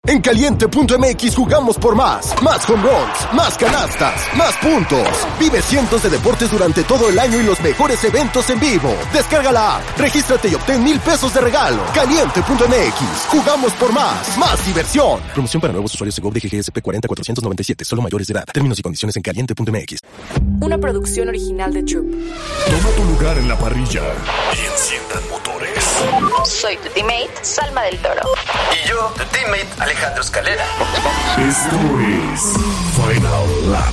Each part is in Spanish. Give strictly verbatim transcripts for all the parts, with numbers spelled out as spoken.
En Caliente punto M X jugamos por más. Más home runs, más canastas, más puntos. Vive cientos de deportes durante todo el año y los mejores eventos en vivo. Descarga la app, regístrate y obtén mil pesos de regalo. Caliente punto M X. Jugamos por más. Más diversión. Promoción para nuevos usuarios de G O V de G G S P cuarenta cuatrocientos noventa y siete. Solo mayores de edad. Términos y condiciones en Caliente punto M X. Una producción original de Troop. Toma tu lugar en la parrilla y enciendan motores. Soy tu teammate, Salma del Toro. Y yo, tu teammate, Alejandro Escalera. Esto es Final Lap.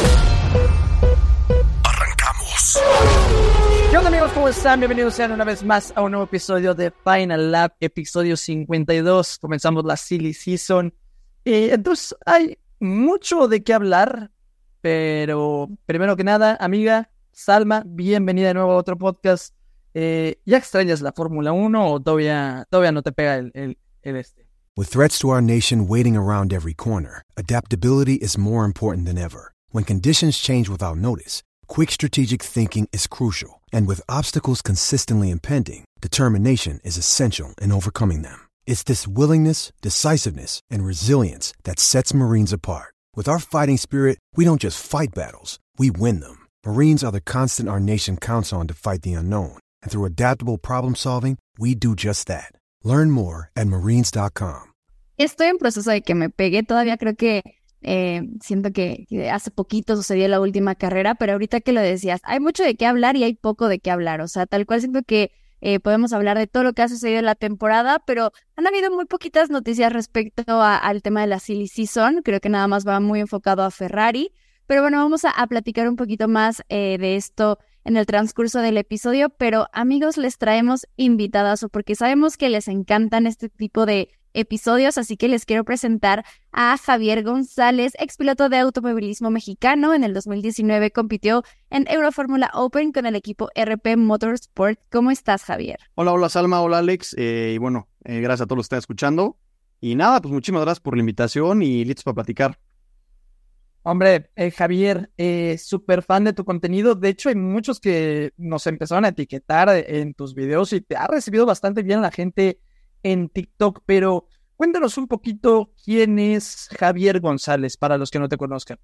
Arrancamos. ¿Qué onda, amigos? ¿Cómo están? Bienvenidos sean una vez más a un nuevo episodio de Final Lap, episodio cincuenta y dos. Comenzamos la Silly Season. Eh, entonces, hay mucho de qué hablar, pero primero que nada, amiga Salma, bienvenida de nuevo a otro podcast. Eh, ¿Ya extrañas la Fórmula uno o todavía, todavía no te pega el, el, el este? With threats to our nation waiting around every corner, adaptability is more important than ever. When conditions change without notice, quick strategic thinking is crucial. And with obstacles consistently impending, determination is essential in overcoming them. It's this willingness, decisiveness, and resilience that sets Marines apart. With our fighting spirit, we don't just fight battles, we win them. Marines are the constant our nation counts on to fight the unknown. And through adaptable problem solving, we do just that. Learn more at marines dot com. Estoy en proceso de que me pegue. Todavía creo que eh, siento que, que hace poquito sucedió la última carrera, pero ahorita que lo decías, hay mucho de qué hablar y hay poco de qué hablar. O sea, tal cual siento que eh, podemos hablar de todo lo que ha sucedido en la temporada, pero han habido muy poquitas noticias respecto a, al tema de la Silly Season. Creo que nada más va muy enfocado a Ferrari. Pero bueno, vamos a, a platicar un poquito más eh, de esto en el transcurso del episodio, pero amigos, les traemos invitadas porque sabemos que les encantan este tipo de episodios, así que les quiero presentar a Javier González, expiloto de automovilismo mexicano. En el dos mil diecinueve compitió en Eurofórmula Open con el equipo R P Motorsport. ¿Cómo estás, Javier? Hola, hola Salma, hola Alex, eh, y bueno, eh, gracias a todos los que están escuchando. Y nada, pues muchísimas gracias por la invitación y listos para platicar. Hombre, eh, Javier, eh, súper fan de tu contenido. De hecho, hay muchos que nos empezaron a etiquetar en tus videos y te ha recibido bastante bien la gente en TikTok. Pero cuéntanos un poquito quién es Javier González, para los que no te conozcan.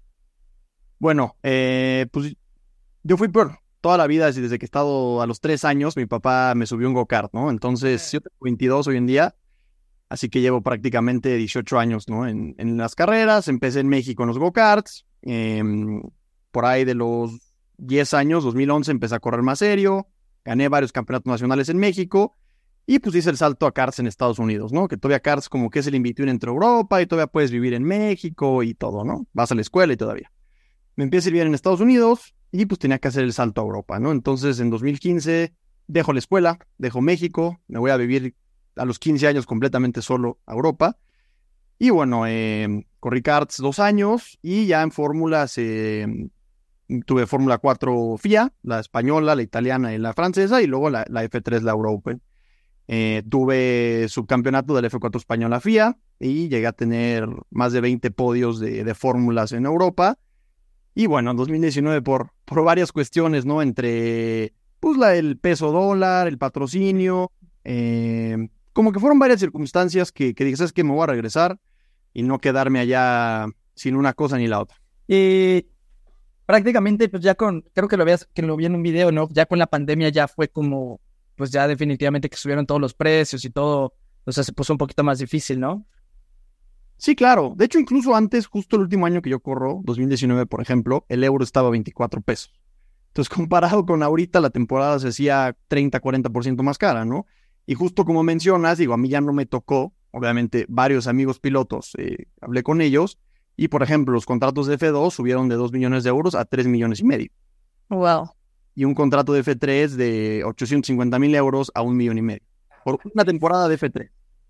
Bueno, eh, pues yo fui por toda la vida, desde que he estado a los tres años, mi papá me subió un go-kart, ¿no? Entonces, yo tengo veintidós hoy en día. Así que llevo prácticamente dieciocho años, ¿no? En, en las carreras. Empecé en México en los go-karts. Eh, por ahí de los diez años, dos mil once, empecé a correr más serio. Gané varios campeonatos nacionales en México. Y pues hice el salto a karts en Estados Unidos, ¿no? Que todavía karts como que es el in-between entre Europa y todavía puedes vivir en México y todo, ¿no? Vas a la escuela y todavía. Me empecé a ir bien en Estados Unidos y pues tenía que hacer el salto a Europa, ¿no? Entonces en dos mil quince dejo la escuela, dejo México, me voy a vivir a los quince años completamente solo a Europa. Y bueno, eh, corrí karts dos años y ya en fórmulas eh, tuve Fórmula cuatro F I A, la española, la italiana y la francesa, y luego la, la F tres, la Euro Open. Eh, tuve subcampeonato de la F cuatro española F I A y llegué a tener más de veinte podios de, de fórmulas en Europa. Y bueno, en dos mil diecinueve por, por varias cuestiones, ¿no? Entre pues la, el peso dólar, el patrocinio, eh, como que fueron varias circunstancias que, que dije, ¿sabes qué? Me voy a regresar y no quedarme allá sin una cosa ni la otra. Y prácticamente, pues ya con, creo que lo, veas, que lo vi en un video, ¿no? Ya con la pandemia ya fue como, pues ya definitivamente que subieron todos los precios y todo, o sea, se puso un poquito más difícil, ¿no? Sí, claro. De hecho, incluso antes, justo el último año que yo corro, dos mil diecinueve, por ejemplo, el euro estaba a veinticuatro pesos. Entonces, comparado con ahorita, la temporada se hacía treinta, cuarenta por ciento más cara, ¿no? Y justo como mencionas, digo, a mí ya no me tocó, obviamente, varios amigos pilotos, eh, hablé con ellos, y por ejemplo, los contratos de F dos subieron de dos millones de euros a tres millones y medio. Wow. Y un contrato de F tres de ochocientos cincuenta mil euros a un millón y medio. Por una temporada de F tres.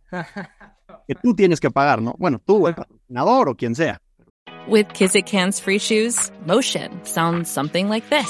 Que tú tienes que pagar, ¿no? Bueno, tú, el patrocinador o quien sea. With Kizik Hands Free Shoes, motion sounds something like this.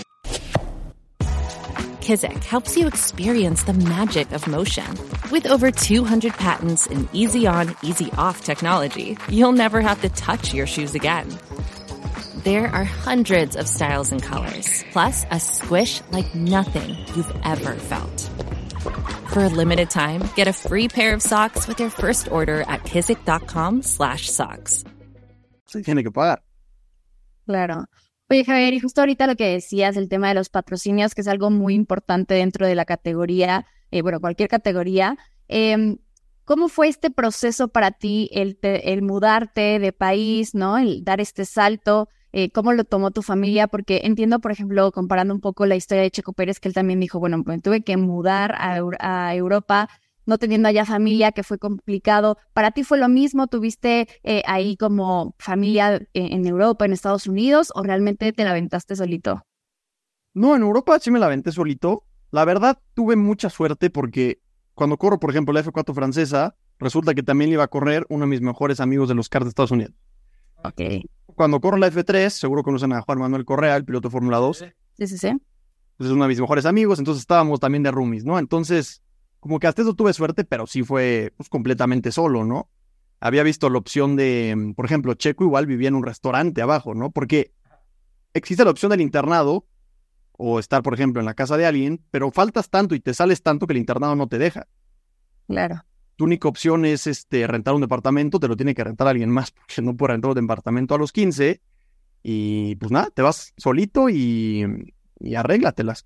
Kizik helps you experience the magic of motion. With over two hundred patents and easy-on, easy-off technology, you'll never have to touch your shoes again. There are hundreds of styles and colors, plus a squish like nothing you've ever felt. For a limited time, get a free pair of socks with your first order at kizik.com slash socks. Se tiene que pagar. Claro. Oye, Javier, y justo ahorita lo que decías, el tema de los patrocinios, que es algo muy importante dentro de la categoría, eh, bueno, cualquier categoría. Eh, ¿Cómo fue este proceso para ti, el, te, el mudarte de país, ¿no? El dar este salto, eh, ¿cómo lo tomó tu familia? Porque entiendo, por ejemplo, comparando un poco la historia de Checo Pérez, que él también dijo, bueno, me tuve que mudar a, a Europa, no teniendo allá familia, que fue complicado. ¿Para ti fue lo mismo? ¿Tuviste eh, ahí como familia en, en Europa, en Estados Unidos, o realmente te la aventaste solito? No, en Europa sí me la aventé solito. La verdad, tuve mucha suerte porque cuando corro, por ejemplo, la F cuatro francesa, resulta que también iba a correr uno de mis mejores amigos de los karts de Estados Unidos. Ok. Cuando corro la F tres, seguro conocen a Juan Manuel Correa, el piloto de Fórmula dos. Sí, sí, sí. Pues es uno de mis mejores amigos, entonces estábamos también de roomies, ¿no? Entonces, como que hasta eso tuve suerte, pero sí fue pues, completamente solo, ¿no? Había visto la opción de, por ejemplo, Checo igual vivía en un restaurante abajo, ¿no? Porque existe la opción del internado, o estar, por ejemplo, en la casa de alguien, pero faltas tanto y te sales tanto que el internado no te deja. Claro. Tu única opción es este, rentar un departamento, te lo tiene que rentar alguien más, porque no puedes rentar un departamento a los quince, y pues nada, te vas solito y, y arréglatelas.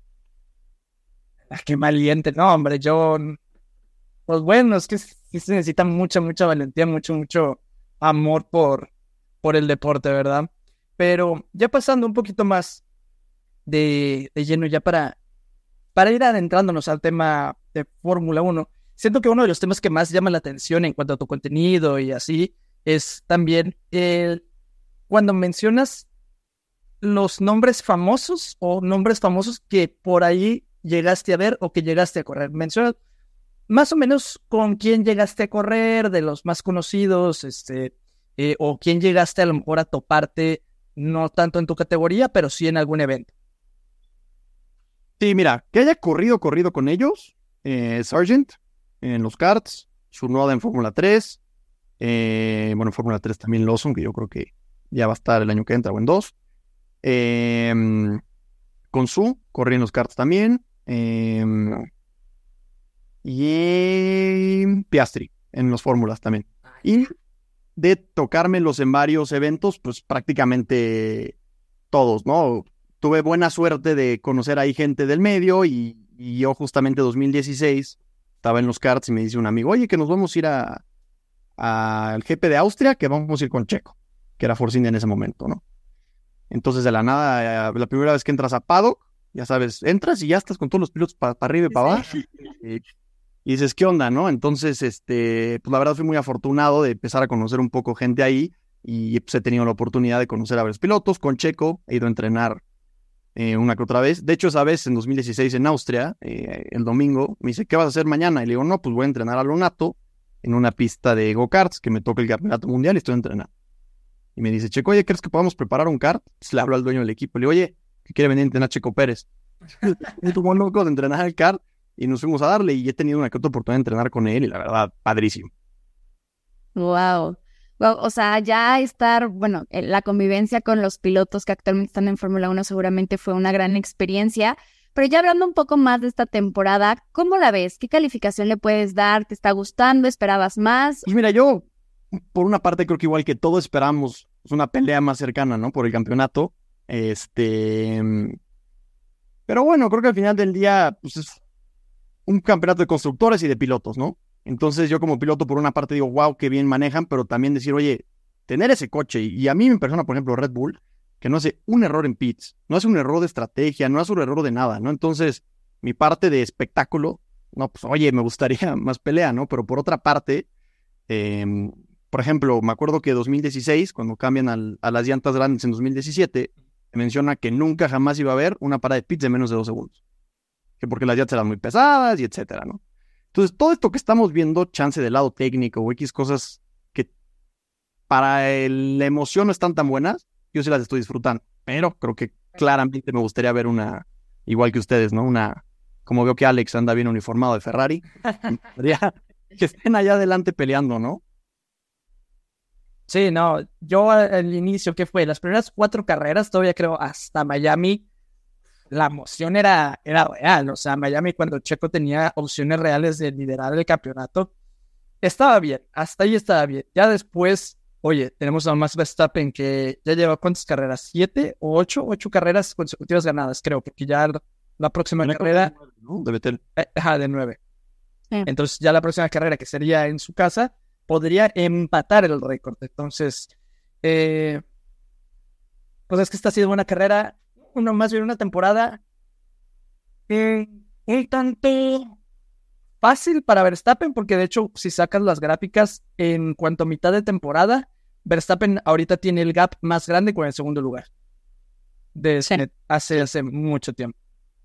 Ah, qué valiente, no, hombre, yo, pues bueno, es que sí se necesita mucha, mucha valentía, mucho, mucho amor por, por el deporte, ¿verdad? Pero ya pasando un poquito más de, de lleno ya para, para ir adentrándonos al tema de Fórmula uno, siento que uno de los temas que más llama la atención en cuanto a tu contenido y así es también el, cuando mencionas los nombres famosos o nombres famosos que por ahí llegaste a ver o que llegaste a correr. Menciona más o menos con quién llegaste a correr, de los más conocidos, este, eh, o quién llegaste a lo mejor a toparte, no tanto en tu categoría, pero sí en algún evento. Sí, mira, que haya corrido, corrido con ellos, eh, Sargent en los karts, Tsunoda en Fórmula tres, eh, bueno, en Fórmula tres también Lawson, que yo creo que ya va a estar el año que entra o en dos. Eh, con Su, corrí en los karts también. Eh, y Piastri en los fórmulas también. Y de tocarmelos en varios eventos, pues prácticamente todos, ¿no? Tuve buena suerte de conocer ahí gente del medio y, y yo justamente dos mil dieciséis estaba en los karts y me dice un amigo, oye, que nos vamos a ir a al G P de Austria, que vamos a ir con Checo, que era Force India en ese momento, ¿no? Entonces de la nada, la primera vez que entras a paddock, ya sabes, entras y ya estás con todos los pilotos para pa arriba y para abajo. Y, y dices, ¿qué onda, no? Entonces, este, pues la verdad fui muy afortunado de empezar a conocer un poco gente ahí y pues he tenido la oportunidad de conocer a varios pilotos. Con Checo he ido a entrenar eh, una que otra vez. De hecho, esa vez en dos mil dieciséis en Austria, eh, el domingo, me dice, ¿qué vas a hacer mañana? Y le digo, no, pues voy a entrenar a lo nato en una pista de go-karts que me toca el campeonato mundial y estoy entrenando. Y me dice, Checo, oye, ¿crees que podamos preparar un kart? Pues le hablo al dueño del equipo. Le digo, oye, que quiere venir a entrenar a Checo Pérez. Y tomó loco de entrenar el kart y nos fuimos a darle y he tenido una que otra oportunidad de entrenar con él y la verdad, padrísimo. Wow. Wow. O sea, ya estar, bueno, la convivencia con los pilotos que actualmente están en Fórmula uno seguramente fue una gran experiencia. Pero ya hablando un poco más de esta temporada, ¿cómo la ves? ¿Qué calificación le puedes dar? ¿Te está gustando? ¿Esperabas más? Pues mira, yo por una parte creo que igual que todos esperamos es una pelea más cercana, ¿no? Por el campeonato. Este... Pero bueno, creo que al final del día pues es un campeonato de constructores y de pilotos, ¿no? Entonces yo como piloto por una parte digo, wow, qué bien manejan, pero también decir, oye, tener ese coche, y a mí me persona, por ejemplo, Red Bull, que no hace un error en pits, no hace un error de estrategia, no hace un error de nada, ¿no? Entonces, mi parte de espectáculo, no, pues oye, me gustaría más pelea, ¿no? Pero por otra parte, eh, por ejemplo, me acuerdo que dos mil dieciséis, cuando cambian al, a las llantas grandes en dos mil diecisiete, se menciona que nunca jamás iba a haber una parada de pits de menos de dos segundos. Que porque las llantas eran muy pesadas y etcétera, ¿no? Entonces, todo esto que estamos viendo, chance del lado técnico o X cosas que para el, la emoción no están tan buenas, yo sí las estoy disfrutando. Pero creo que claramente me gustaría ver una, igual que ustedes, ¿no? Una, como veo que Alex anda bien uniformado de Ferrari, que estén allá adelante peleando, ¿no? Sí, no, yo al inicio, ¿qué fue? Las primeras cuatro carreras, todavía creo hasta Miami, la emoción era, era real. O sea, Miami, cuando Checo tenía opciones reales de liderar el campeonato, estaba bien, hasta ahí estaba bien. Ya después, oye, tenemos a Max Verstappen que ya lleva ¿cuántas carreras? ¿Siete o ocho? Ocho carreras consecutivas ganadas, creo, porque ya la, la próxima Una carrera... cosa, ¿no? De Vettel. Eh, ajá, de nueve. Sí. Entonces ya la próxima carrera, que sería en su casa, podría empatar el récord. Entonces, eh, pues es que esta ha sido una carrera, uno más bien una temporada eh, un tanto fácil para Verstappen, porque de hecho, si sacas las gráficas, en cuanto a mitad de temporada, Verstappen ahorita tiene el gap más grande con el segundo lugar. Desde Sí. hace, hace mucho tiempo.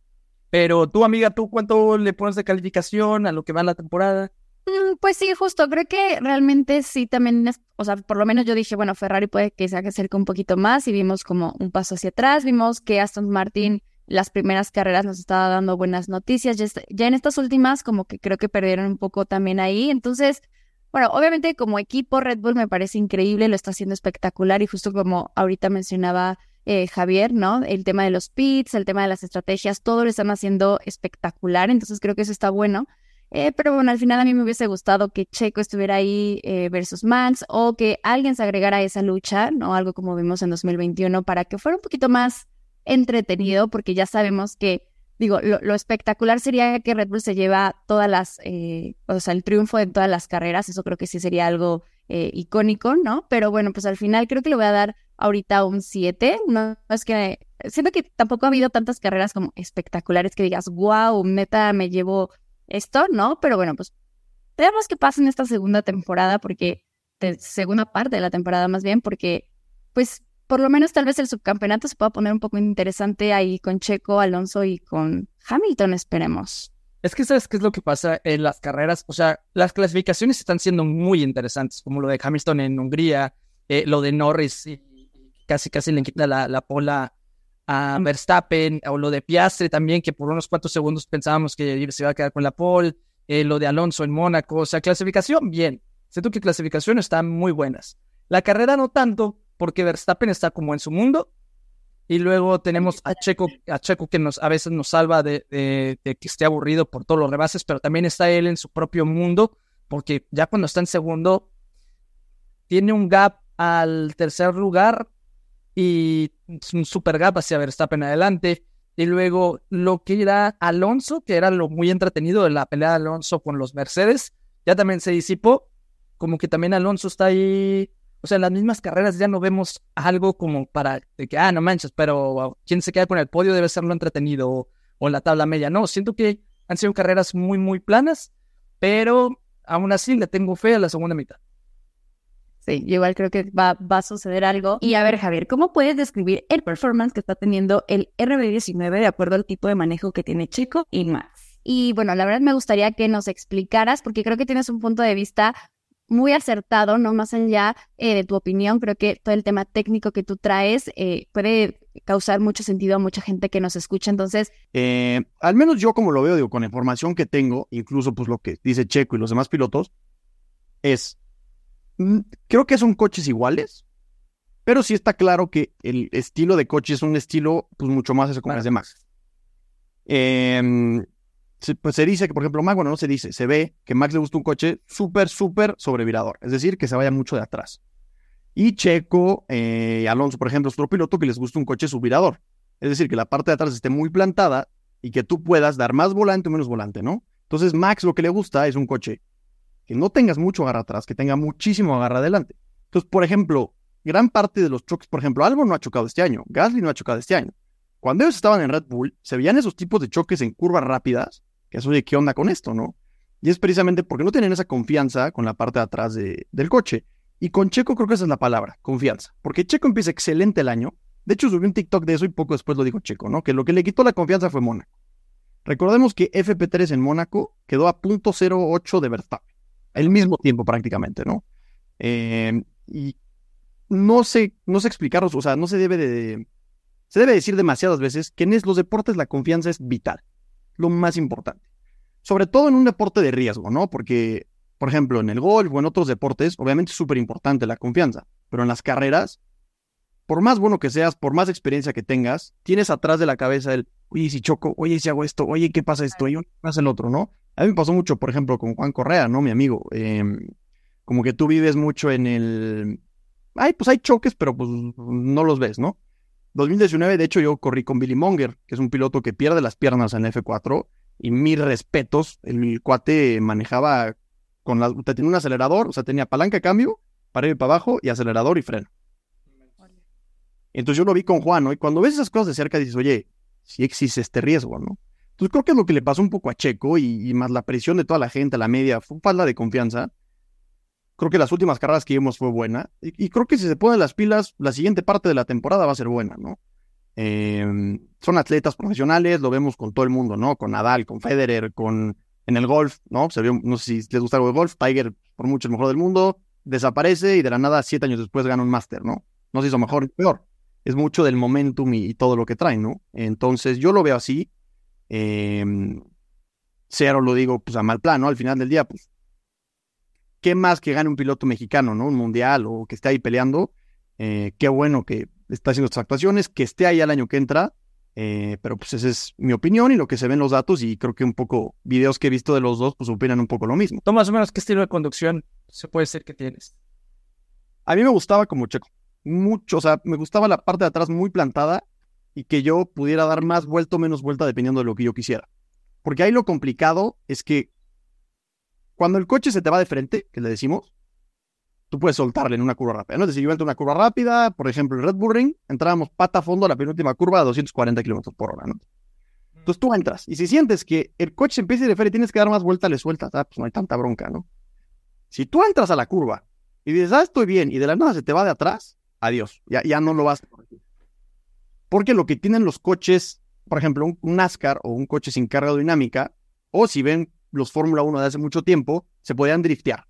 Pero tú, amiga, ¿tú cuánto le pones de calificación a lo que va en la temporada? Mm, Pues sí, justo, creo que realmente sí también, es, o sea, por lo menos yo dije, bueno, Ferrari puede que se acerque un poquito más y vimos como un paso hacia atrás, vimos que Aston Martin las primeras carreras nos estaba dando buenas noticias, ya, est- ya en estas últimas como que creo que perdieron un poco también ahí, entonces, bueno, obviamente como equipo Red Bull me parece increíble, lo está haciendo espectacular y justo como ahorita mencionaba eh, Javier, ¿no? El tema de los pits, el tema de las estrategias, todo lo están haciendo espectacular, entonces creo que eso está bueno. Eh, pero bueno, al final a mí me hubiese gustado que Checo estuviera ahí eh, versus Max o que alguien se agregara a esa lucha, ¿no? Algo como vimos en dos mil veintiuno para que fuera un poquito más entretenido, porque ya sabemos que, digo, lo, lo espectacular sería que Red Bull se lleva todas las, eh, o sea, el triunfo de todas las carreras, eso creo que sí sería algo eh, icónico, ¿no? Pero bueno, pues al final creo que le voy a dar ahorita un siete, no es que, siento que tampoco ha habido tantas carreras como espectaculares que digas, wow, neta, me llevo esto, ¿no? Pero bueno, pues veamos qué pasa en esta segunda temporada, porque, de segunda parte de la temporada más bien, porque, pues, por lo menos tal vez el subcampeonato se pueda poner un poco interesante ahí con Checo, Alonso y con Hamilton, esperemos. Es que ¿sabes qué es lo que pasa en las carreras? O sea, las clasificaciones están siendo muy interesantes, como lo de Hamilton en Hungría, eh, lo de Norris, y casi casi le quita la, la pola a Verstappen, o lo de Piastri también, que por unos cuantos segundos pensábamos que se iba a quedar con la pole, eh, lo de Alonso en Mónaco, o sea, clasificación, bien. Siento que clasificación están muy buenas. La carrera no tanto, porque Verstappen está como en su mundo, y luego tenemos a Checo, a Checo que nos, a veces nos salva de, de, de que esté aburrido por todos los rebases, pero también está él en su propio mundo, porque ya cuando está en segundo, tiene un gap al tercer lugar, y un super gap hacia Verstappen adelante. Y luego lo que era Alonso, que era lo muy entretenido de la pelea de Alonso con los Mercedes, ya también se disipó. Como que también Alonso está ahí. O sea, en las mismas carreras ya no vemos algo como para de que, ah, no manches, pero quien se queda con el podio debe ser lo entretenido, o, o la tabla media. No, siento que han sido carreras muy, muy planas, pero aún así le tengo fe a la segunda mitad. Sí, yo igual creo que va, va a suceder algo. Y a ver, Javier, ¿cómo puedes describir el performance que está teniendo el R B diecinueve de acuerdo al tipo de manejo que tiene Checo y Max? Y bueno, la verdad me gustaría que nos explicaras, porque creo que tienes un punto de vista muy acertado, ¿no? Más allá eh, de tu opinión, creo que todo el tema técnico que tú traes eh, puede causar mucho sentido a mucha gente que nos escucha. Entonces, Eh, al menos yo como lo veo, digo, con la información que tengo, incluso pues lo que dice Checo y los demás pilotos, es, mm, creo que son coches iguales, pero sí está claro que el estilo de coche es un estilo pues mucho más eso como es de Max. Eh, se, pues se dice que, por ejemplo, Max, bueno, no se dice, se ve que Max le gusta un coche súper, súper sobrevirador, es decir, que se vaya mucho de atrás. Y Checo, eh, Alonso, por ejemplo, es otro piloto que les gusta un coche subvirador, es decir, que la parte de atrás esté muy plantada y que tú puedas dar más volante o menos volante, ¿no? Entonces, Max lo que le gusta es un coche que no tengas mucho agarra atrás, que tenga muchísimo agarra adelante. Entonces, por ejemplo, gran parte de los choques, por ejemplo, Albon no ha chocado este año, Gasly no ha chocado este año. Cuando ellos estaban en Red Bull, se veían esos tipos de choques en curvas rápidas, que es, oye, ¿qué onda con esto, no? Y es precisamente porque no tienen esa confianza con la parte de atrás de, del coche. Y con Checo creo que esa es la palabra, confianza. Porque Checo empieza excelente el año. De hecho, subí un TikTok de eso y poco después lo dijo Checo, ¿no? Que lo que le quitó la confianza fue Mónaco. Recordemos que F P tres en Mónaco quedó a punto cero ocho de Verstappen. El mismo tiempo prácticamente, ¿no? Eh, y no sé, no sé explicarlos, o sea, no se debe de... Se debe decir demasiadas veces que en los deportes la confianza es vital, lo más importante. Sobre todo en un deporte de riesgo, ¿no? Porque, por ejemplo, en el golf o en otros deportes, obviamente es súper importante la confianza, pero en las carreras, por más bueno que seas, por más experiencia que tengas, tienes atrás de la cabeza el, oye, si choco, oye, si hago esto, oye, ¿qué pasa esto? Oye, ¿qué pasa el otro, no? A mí me pasó mucho, por ejemplo, con Juan Correa, ¿no? Mi amigo. Eh, como que tú vives mucho en el... Ay, pues hay choques, pero pues no los ves, ¿no? dos mil diecinueve, de hecho, yo corrí con Billy Monger, que es un piloto que pierde las piernas en F cuatro, y mis respetos, el cuate manejaba con la... Tenía un acelerador, o sea, tenía palanca de cambio, para ir para abajo, y acelerador y freno. Entonces yo lo vi con Juan, ¿no? Y cuando ves esas cosas de cerca dices, oye, sí existe este riesgo, ¿no? Entonces creo que es lo que le pasó un poco a Checo y, y más la presión de toda la gente, la media, fue falta de confianza. Creo que las últimas carreras que vimos fue buena y, y creo que si se ponen las pilas, la siguiente parte de la temporada va a ser buena, ¿no? Eh, son atletas profesionales, lo vemos con todo el mundo, ¿no? Con Nadal, con Federer, con en el golf, ¿no? Se vio, no sé si les gusta algo de golf, Tiger, por mucho el mejor del mundo, desaparece y de la nada siete años después gana un máster, ¿no? No se hizo mejor ni peor. Es mucho del momentum y, y todo lo que traen, ¿no? Entonces yo lo veo así. Eh, cero lo digo pues a mal plan, ¿no? Al final del día, pues, ¿qué más que gane un piloto mexicano, ¿no? Un mundial o que esté ahí peleando. Eh, qué bueno que está haciendo estas actuaciones, que esté ahí al año que entra. Eh, pero pues esa es mi opinión y lo que se ven los datos y creo que un poco videos que he visto de los dos pues opinan un poco lo mismo. ¿Tú más o menos qué estilo de conducción se puede decir que tienes? A mí me gustaba como Checo. Mucho, o sea, me gustaba la parte de atrás muy plantada y que yo pudiera dar más vuelta o menos vuelta dependiendo de lo que yo quisiera. Porque ahí lo complicado es que cuando el coche se te va de frente, que le decimos, tú puedes soltarle en una curva rápida, ¿no? Es decir, yo entro en una curva rápida, por ejemplo, el Red Bull Ring, entrábamos pata a fondo a la penúltima curva a doscientos cuarenta kilómetros por hora, ¿no? Entonces tú entras y si sientes que el coche se empieza a ir de frente y tienes que dar más vuelta, le sueltas, ah, pues no hay tanta bronca, ¿no? Si tú entras a la curva y dices, ah, estoy bien, y de la nada se te va de atrás, adiós, ya, ya no lo vas a corregir. Porque lo que tienen los coches, por ejemplo, un, un NASCAR o un coche sin carga aerodinámica, o si ven los Fórmula uno de hace mucho tiempo, se podían driftear.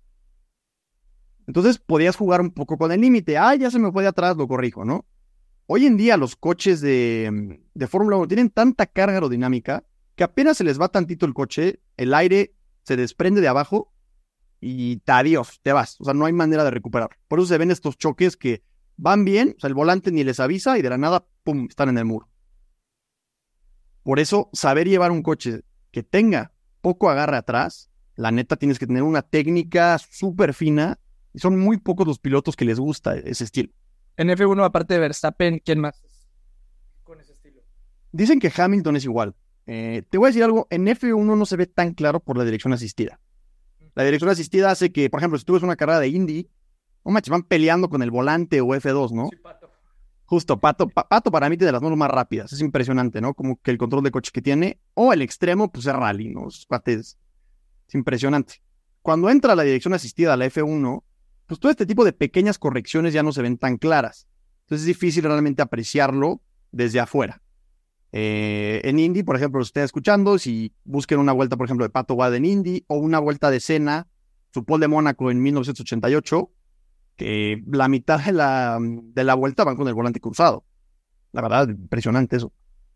Entonces podías jugar un poco con el límite. Ah, ya se me fue de atrás, lo corrijo, ¿no? Hoy en día los coches de, de Fórmula uno tienen tanta carga aerodinámica que apenas se les va tantito el coche, el aire se desprende de abajo y adiós, te vas. O sea, no hay manera de recuperar. Por eso se ven estos choques que van bien, o sea, el volante ni les avisa y de la nada, pum, están en el muro. Por eso, saber llevar un coche que tenga poco agarre atrás, la neta tienes que tener una técnica súper fina y son muy pocos los pilotos que les gusta ese estilo. En F uno, aparte de Verstappen, ¿quién más con ese estilo? Dicen que Hamilton es igual. Eh, te voy a decir algo, en F uno no se ve tan claro por la dirección asistida. La dirección asistida hace que, por ejemplo, si tú ves una carrera de Indy, no manches, van peleando con el volante o F dos, ¿no? Sí, Pato. Justo, Pato, pa, Pato para mí tiene de las manos más rápidas. Es impresionante, ¿no? Como que el control de coche que tiene. O el extremo, pues es rally, ¿no? Es, es, es impresionante. Cuando entra la dirección asistida a la F uno, pues todo este tipo de pequeñas correcciones ya no se ven tan claras. Entonces es difícil realmente apreciarlo desde afuera. Eh, en Indy, por ejemplo, lo estoy escuchando, si busquen una vuelta, por ejemplo, de Pato Wade en Indy, o una vuelta de Senna, su pole de Mónaco en mil novecientos ochenta y ocho, que la mitad de la, de la vuelta van con el volante cruzado. La verdad, impresionante eso.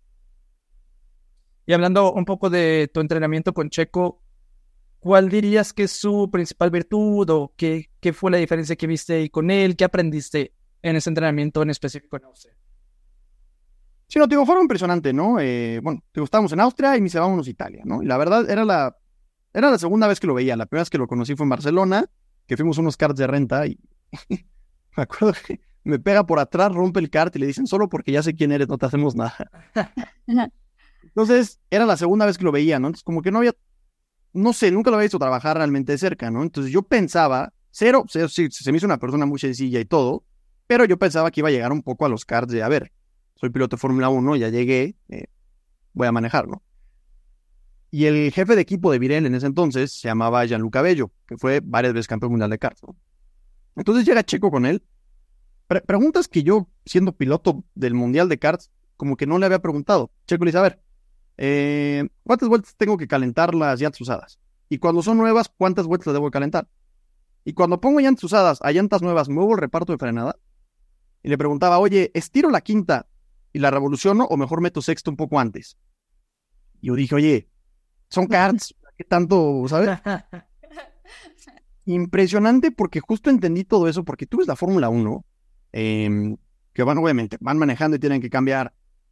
Y hablando un poco de tu entrenamiento con Checo, ¿cuál dirías que es su principal virtud o qué, qué fue la diferencia que viste ahí con él? ¿Qué aprendiste en ese entrenamiento en específico en Austria? Sí, no, te digo, fue impresionante, ¿no? Eh, bueno, te digo, estábamos en Austria y me dice, vámonos a Italia, ¿no? Y la verdad, era la, era la segunda vez que lo veía. La primera vez que lo conocí fue en Barcelona, que fuimos unos karts de renta y me acuerdo que me pega por atrás, rompe el kart y le dicen, solo porque ya sé quién eres, no te hacemos nada. Entonces, era la segunda vez que lo veía, ¿no? Entonces, como que no había, no sé, nunca lo había visto trabajar realmente de cerca, ¿no? Entonces, yo pensaba, cero, cero sí, se me hizo una persona muy sencilla y todo, pero yo pensaba que iba a llegar un poco a los karts de, a ver, soy piloto de Fórmula uno, ya llegué, eh, voy a manejar, ¿no? Y el jefe de equipo de Virel en ese entonces se llamaba Gianluca Bello, que fue varias veces campeón mundial de karts, ¿no? Entonces llega Checo con él. Pre- preguntas que yo, siendo piloto del mundial de karts, como que no le había preguntado. Checo le dice, a ver, eh, ¿cuántas vueltas tengo que calentar las llantas usadas? Y cuando son nuevas, ¿cuántas vueltas las debo calentar? Y cuando pongo llantas usadas a llantas nuevas, ¿muevo el reparto de frenada? Y le preguntaba, oye, ¿estiro la quinta y la revoluciono o mejor meto sexta un poco antes? Y yo dije, oye, son karts, ¿qué tanto, sabes? Impresionante porque justo entendí todo eso, porque tú ves la Fórmula uno, eh, que van obviamente, van manejando y tienen que cambiar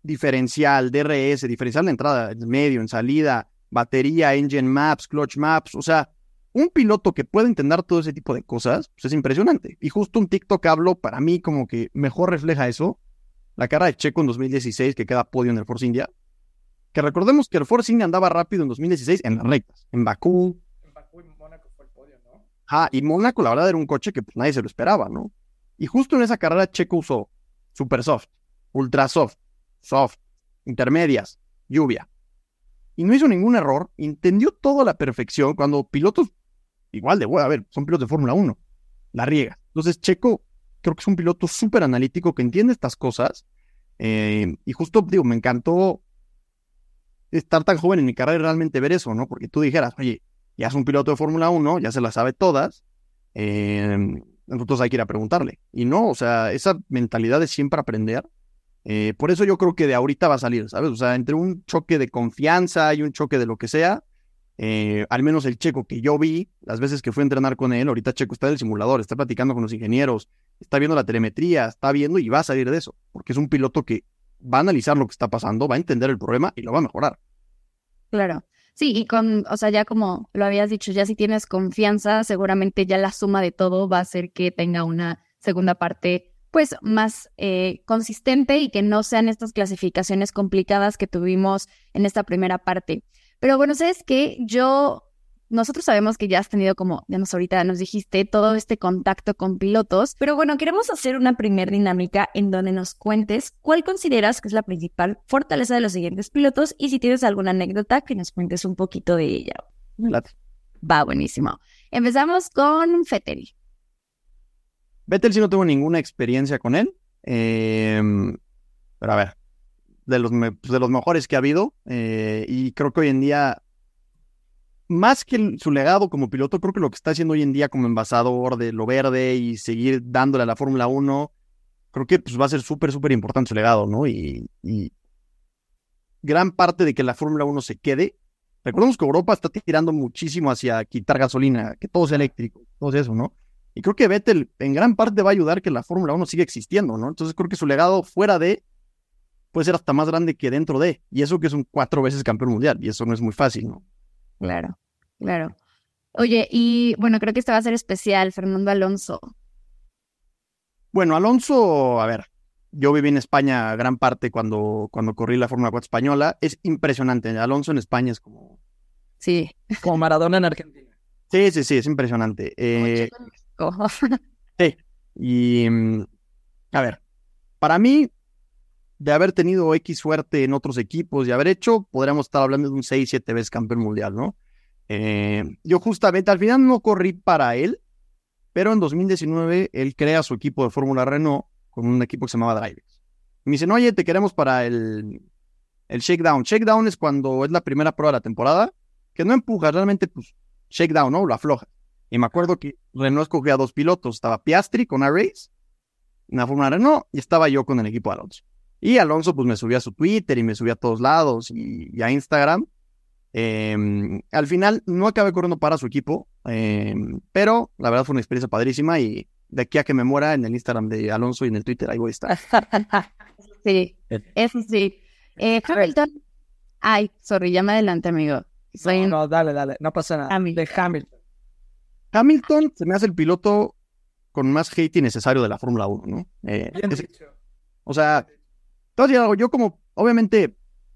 diferencial, D R S, diferencial de entrada, en medio, en salida, batería, engine maps, clutch maps, o sea, un piloto que puede entender todo ese tipo de cosas, pues es impresionante. Y justo un TikTok hablo, para mí, como que mejor refleja eso, la carrera de Checo en dos mil dieciséis, que queda podio en el Force India, que recordemos que el Force India andaba rápido en dos mil dieciséis en las rectas, en Bakú. En Bakú y Mónaco fue el podio, ¿no? Ah, y Mónaco, la verdad, era un coche que pues, nadie se lo esperaba, ¿no? Y justo en esa carrera Checo usó super soft, ultra soft, soft, intermedias, lluvia. Y no hizo ningún error, entendió todo a la perfección cuando pilotos, igual de, bueno, a ver, son pilotos de Fórmula uno, la riega. Entonces Checo creo que es un piloto súper analítico que entiende estas cosas. Eh, y justo, digo, me encantó estar tan joven en mi carrera y realmente ver eso, ¿no? Porque tú dijeras, oye, ya es un piloto de Fórmula uno, ya se las sabe todas, eh, nosotros hay que ir a preguntarle. Y no, o sea, esa mentalidad de siempre aprender, eh, por eso yo creo que de ahorita va a salir, ¿sabes? O sea, entre un choque de confianza y un choque de lo que sea, eh, al menos el Checo que yo vi, las veces que fui a entrenar con él, ahorita Checo está en el simulador, está platicando con los ingenieros, está viendo la telemetría, está viendo y va a salir de eso, porque es un piloto que va a analizar lo que está pasando, va a entender el problema y lo va a mejorar. Claro. Sí, y con, o sea, ya como lo habías dicho, ya si tienes confianza, seguramente ya la suma de todo va a hacer que tenga una segunda parte, pues, más eh, consistente y que no sean estas clasificaciones complicadas que tuvimos en esta primera parte. Pero bueno, ¿sabes qué? Yo, nosotros sabemos que ya has tenido, como, ya nos ahorita nos dijiste, todo este contacto con pilotos, pero bueno, queremos hacer una primer dinámica en donde nos cuentes cuál consideras que es la principal fortaleza de los siguientes pilotos y si tienes alguna anécdota que nos cuentes un poquito de ella. Late. Va, buenísimo. Empezamos con Vettel. Vettel sí no tengo ninguna experiencia con él, eh, pero a ver, de los, me- pues, de los mejores que ha habido, eh, y creo que hoy en día, más que el- su legado como piloto, creo que lo que está haciendo hoy en día como embajador de lo verde y seguir dándole a la Fórmula uno, creo que pues, va a ser súper, súper importante su legado, ¿no? Y, y gran parte de que la Fórmula uno se quede. Recordemos que Europa está tirando muchísimo hacia quitar gasolina, que todo sea eléctrico, todo sea eso, ¿no? Y creo que Vettel en gran parte va a ayudar que la Fórmula uno siga existiendo, ¿no? Entonces creo que su legado fuera de puede ser hasta más grande que dentro de. Y eso que es un cuatro veces campeón mundial, y eso no es muy fácil, ¿no? Claro, claro. Oye, y bueno, creo que este va a ser especial, Fernando Alonso. Bueno, Alonso, a ver, yo viví en España gran parte cuando, cuando corrí la Fórmula cuatro española. Es impresionante. Alonso en España es como... Sí. Como Maradona en Argentina. Sí, sí, sí, es impresionante. Eh, Ojo. sí, y mm, a ver, para mí, de haber tenido X suerte en otros equipos y haber hecho, podríamos estar hablando de un seis, siete veces campeón mundial, ¿no? Eh, yo justamente, al final no corrí para él, pero en dos mil diecinueve él crea su equipo de Fórmula Renault con un equipo que se llamaba Drivers. Y me dicen, oye, te queremos para el, el shakedown. Shakedown es cuando es la primera prueba de la temporada, que no empujas, realmente, pues, shakedown, ¿no? Lo aflojas. Y me acuerdo que Renault escogía a dos pilotos. Estaba Piastri con A-Race, en la Fórmula Renault, y estaba yo con el equipo de Alonso. Y Alonso, pues, me subía a su Twitter y me subía a todos lados y, y a Instagram. Eh, al final, no acabé corriendo para su equipo, eh, pero la verdad fue una experiencia padrísima y de aquí a que me muera en el Instagram de Alonso y en el Twitter, ahí voy a estar. Sí, eso sí. Eh, Hamilton. Ay, sorry, ya me adelanté, amigo. Soy No, un- no, dale, dale, no pasa nada. Hamilton. De Hamilton. Hamilton se me hace el piloto con más hate innecesario de la Fórmula uno, ¿no? Eh, Bien es- dicho. o sea, te voy a decir algo, yo como, obviamente,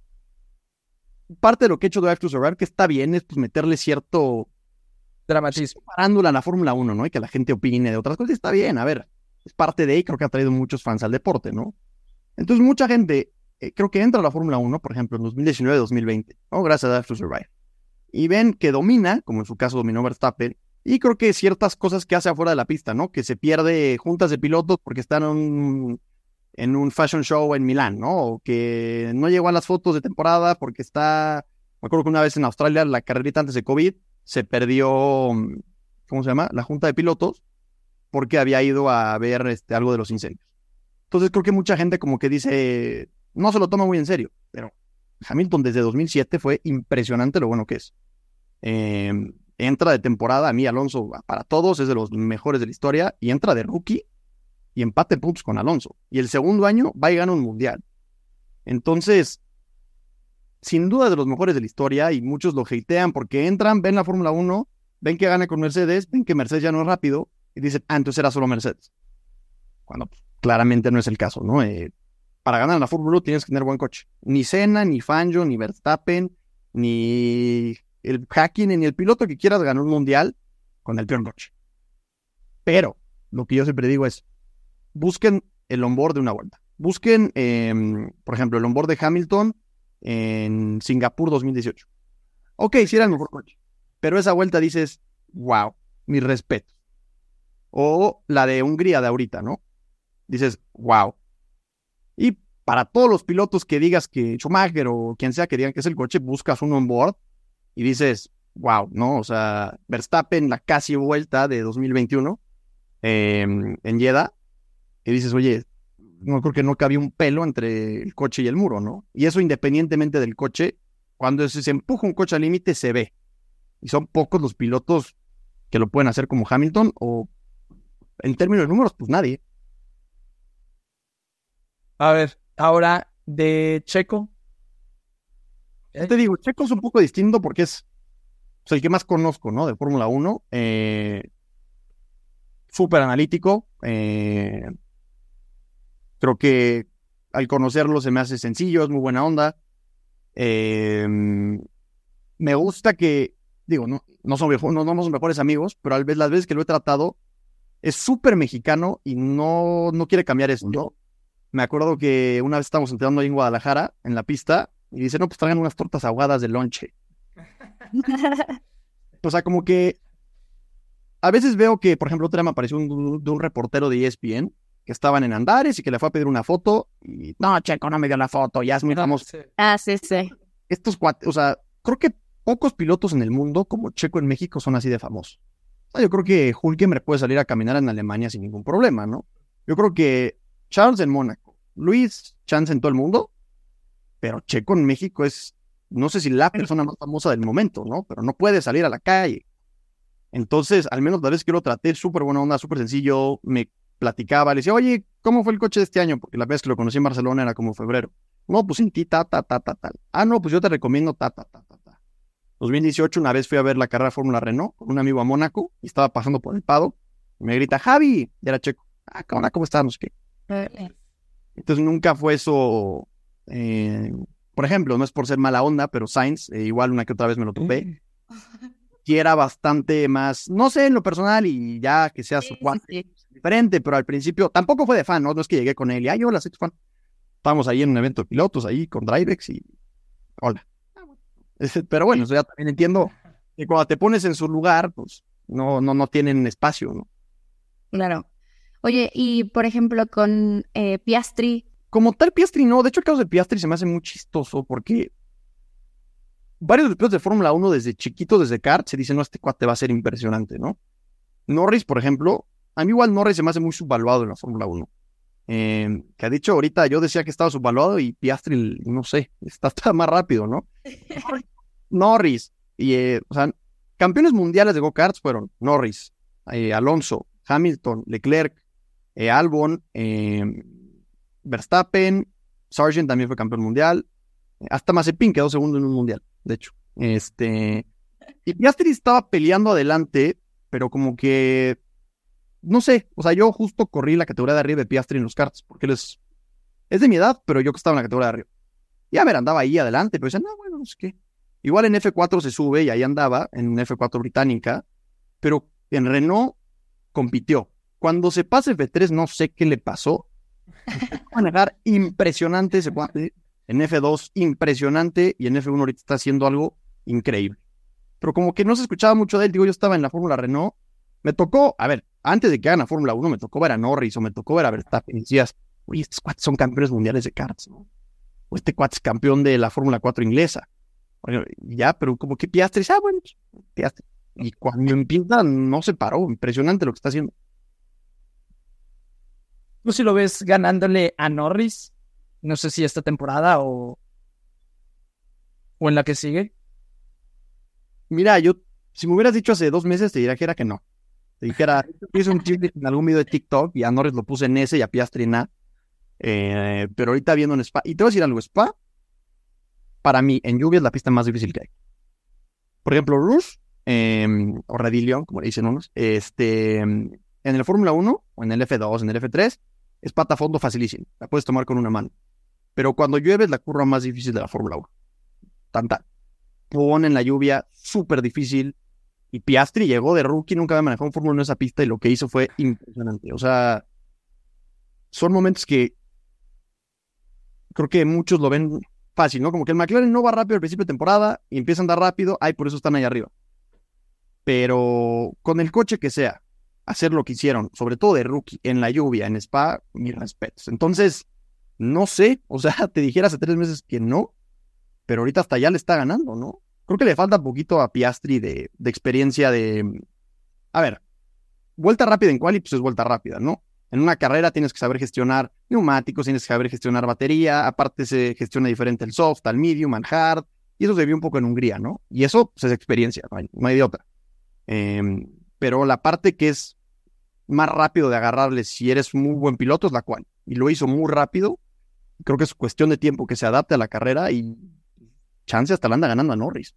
parte de lo que he hecho de Drive to Survive, que está bien, es pues meterle cierto Dramatismo. parándula a la Fórmula uno, ¿no? Y que la gente opine de otras cosas, está bien, a ver, es parte de ahí, creo que ha traído muchos fans al deporte, ¿no? Entonces mucha gente, eh, creo que entra a la Fórmula uno, por ejemplo, en dos mil diecinueve dos mil veinte, ¿no? Gracias a Drive to Survive. Y ven que domina, como en su caso dominó Verstappen, y creo que ciertas cosas que hace afuera de la pista, ¿no? Que se pierde juntas de pilotos porque están en un, en un fashion show en Milán, ¿no? O que no llegó a las fotos de temporada porque está... Me acuerdo que una vez en Australia, la carrerita antes de COVID, se perdió, ¿cómo se llama? La junta de pilotos, porque había ido a ver este, algo de los incendios. Entonces creo que mucha gente como que dice, no se lo toma muy en serio, pero Hamilton desde dos mil siete fue impresionante lo bueno que es. Eh, entra de temporada, a mí Alonso, para todos, es de los mejores de la historia, y entra de rookie y empate puntos con Alonso. Y el segundo año va y gana un mundial. Entonces, sin duda de los mejores de la historia, y muchos lo hatean porque entran, ven la Fórmula uno, ven que gana con Mercedes, ven que Mercedes ya no es rápido, y dicen, ah, entonces era solo Mercedes. Cuando pues, claramente no es el caso, ¿no? Eh, para ganar en la Fórmula uno tienes que tener buen coche. Ni Senna, ni Fangio, ni Verstappen, ni el Hakkinen, ni el piloto que quieras ganar un mundial con el peor coche. Pero, lo que yo siempre digo es, busquen el onboard de una vuelta. Busquen, eh, por ejemplo, el onboard de Hamilton en Singapur dos mil dieciocho. Ok, sí era el mejor coche, pero esa vuelta dices, wow, mi respeto. O la de Hungría de ahorita, ¿no? Dices, wow. Y para todos los pilotos que digas que Schumacher o quien sea que digan que es el coche, buscas un onboard y dices, wow, ¿no? O sea, Verstappen, la casi vuelta de dos mil veintiuno eh, en Jeddah, y dices, oye, no creo que no cabía un pelo entre el coche y el muro, ¿no? Y eso independientemente del coche, cuando se, se empuja un coche al límite se ve. Y son pocos los pilotos que lo pueden hacer como Hamilton, o en términos de números, pues nadie. A ver, ahora de Checo. Ya te digo, Checo es un poco distinto porque es pues, el que más conozco, ¿no? De Fórmula uno. Eh, súper analítico. Eh, creo que al conocerlo se me hace sencillo, es muy buena onda. Eh, me gusta que, digo, no, no, somos, no, no somos mejores amigos, pero a veces, las veces que lo he tratado, es súper mexicano y no, no quiere cambiar eso, ¿no? Me acuerdo que una vez estábamos entrenando ahí en Guadalajara, en la pista, y dice, no, pues traigan unas tortas ahogadas de lonche. O sea, como que a veces veo que, por ejemplo, otra vez me apareció un, de un reportero de E S P N que estaban en Andares y que le fue a pedir una foto y, no, Checo no me dio la foto, ya es muy famoso. Ah, sí, sí. Estos cuates, o sea, creo que pocos pilotos en el mundo como Checo en México son así de famosos. O sea, yo creo que Hülkenberg puede salir a caminar en Alemania sin ningún problema, ¿no? Yo creo que Charles en Mónaco, Luis Chance en todo el mundo, pero Checo en México es, no sé si la persona más famosa del momento, ¿no? Pero no puede salir a la calle. Entonces, al menos la vez que lo traté, súper buena onda, súper sencillo, me platicaba, le decía, oye, ¿cómo fue el coche de este año? Porque la vez que lo conocí en Barcelona era como febrero. No, pues en ti, ta, ta, ta, ta, tal. Ah, no, pues yo te recomiendo, ta, ta, ta, ta, ta. dos mil dieciocho, una vez fui a ver la carrera Fórmula Renault con un amigo a Mónaco y estaba pasando por el Pado y me grita, Javi, y era Checo. Ah, cabrón, ¿cómo estás? No sé qué. Entonces nunca fue eso, eh, por ejemplo, no es por ser mala onda, pero Sainz, eh, igual una que otra vez me lo topé, y era bastante más, no sé, en lo personal, y ya que sea su Sí, cuate, sí, sí. diferente, pero al principio tampoco fue de fan, ¿no? No es que llegué con él y, ay, hola, soy tu fan. Estábamos ahí en un evento de pilotos, ahí con Drivex y, hola. Pero bueno, eso ya también entiendo que cuando te pones en su lugar, pues no, no, no tienen espacio, ¿no? Claro. Oye, y por ejemplo, con eh, Piastri, Como tal, Piastri no. De hecho, el caso de Piastri se me hace muy chistoso porque varios de los pilotos de Fórmula uno desde chiquitos, desde kart, se dicen, no, este cuate va a ser impresionante, ¿no? Norris, por ejemplo, a mí igual Norris se me hace muy subvaluado en la Fórmula uno. Eh, que ha dicho ahorita, yo decía que estaba subvaluado y Piastri, no sé, está, está más rápido, ¿no? Norris, y, eh, o sea, campeones mundiales de go-karts fueron Norris, eh, Alonso, Hamilton, Leclerc, eh, Albon, eh, Verstappen, Sargent también fue campeón mundial, hasta Mazepin quedó segundo en un mundial, de hecho. Este, y Piastri estaba peleando adelante, pero como que, no sé, o sea, yo justo corrí la categoría de arriba de Piastri en los karts, porque él es, es de mi edad, pero yo que estaba en la categoría de arriba. Y a ver, andaba ahí adelante, pero decía, no, bueno, no sé qué. Igual en F cuatro se sube y ahí andaba, en F cuatro británica, pero en Renault compitió. Cuando se pasa F tres, no sé qué le pasó. Manejar impresionante ese cuate. En F dos, impresionante. Y en F uno ahorita está haciendo algo increíble. Pero como que no se escuchaba mucho de él. Digo, yo estaba en la Fórmula Renault. Me tocó, a ver, antes de que hagan la Fórmula uno, me tocó ver a Norris o me tocó ver a Verstappen. Y decías, oye, estos cuates son campeones mundiales de karts, ¿no? O este cuate es campeón de la Fórmula cuatro inglesa. Bueno, ya, pero como que Piastri, ah, bueno, Piastri. Y cuando empieza, no se paró. Impresionante lo que está haciendo. ¿Tú sí lo ves ganándole a Norris? No sé si esta temporada o, o en la que sigue. Mira, yo, si me hubieras dicho hace dos meses, te diría que era que no. Te dijera, hice un chip en algún video de TikTok y a Norris lo puse en ese y a Piastri en A. Eh, pero ahorita viendo en Spa, y te voy a decir algo, Spa, para mí, en lluvia es la pista más difícil que hay. Por ejemplo, Rouge, eh, o Radillion, como le dicen unos, este, en el Fórmula uno, o en el F dos, en el F tres, es pata a fondo facilísimo, la puedes tomar con una mano. Pero cuando llueve es la curva más difícil de la Fórmula uno. Tanta. Ponen la lluvia súper difícil. Y Piastri llegó de rookie, nunca había manejado un Fórmula uno en esa pista y lo que hizo fue impresionante. O sea, son momentos que creo que muchos lo ven fácil, ¿no? Como que el McLaren no va rápido al principio de temporada y empieza a andar rápido, ay, por eso están ahí arriba. Pero con el coche que sea, hacer lo que hicieron, sobre todo de rookie, en la lluvia, en Spa, mis respetos. Entonces, no sé, o sea, te dijera hace tres meses que no, pero ahorita hasta ya le está ganando, ¿no? Creo que le falta un poquito a Piastri de, de experiencia de... A ver, vuelta rápida en quali, pues es vuelta rápida, ¿no? En una carrera tienes que saber gestionar neumáticos, tienes que saber gestionar batería, aparte se gestiona diferente el soft, al medium, al hard, y eso se vio un poco en Hungría, ¿no? Y eso pues, es experiencia, no hay, no hay de otra. Eh, pero la parte que es más rápido de agarrarle si eres muy buen piloto es la quali, y lo hizo muy rápido. Creo que es cuestión de tiempo que se adapte a la carrera y chance hasta la anda ganando a Norris.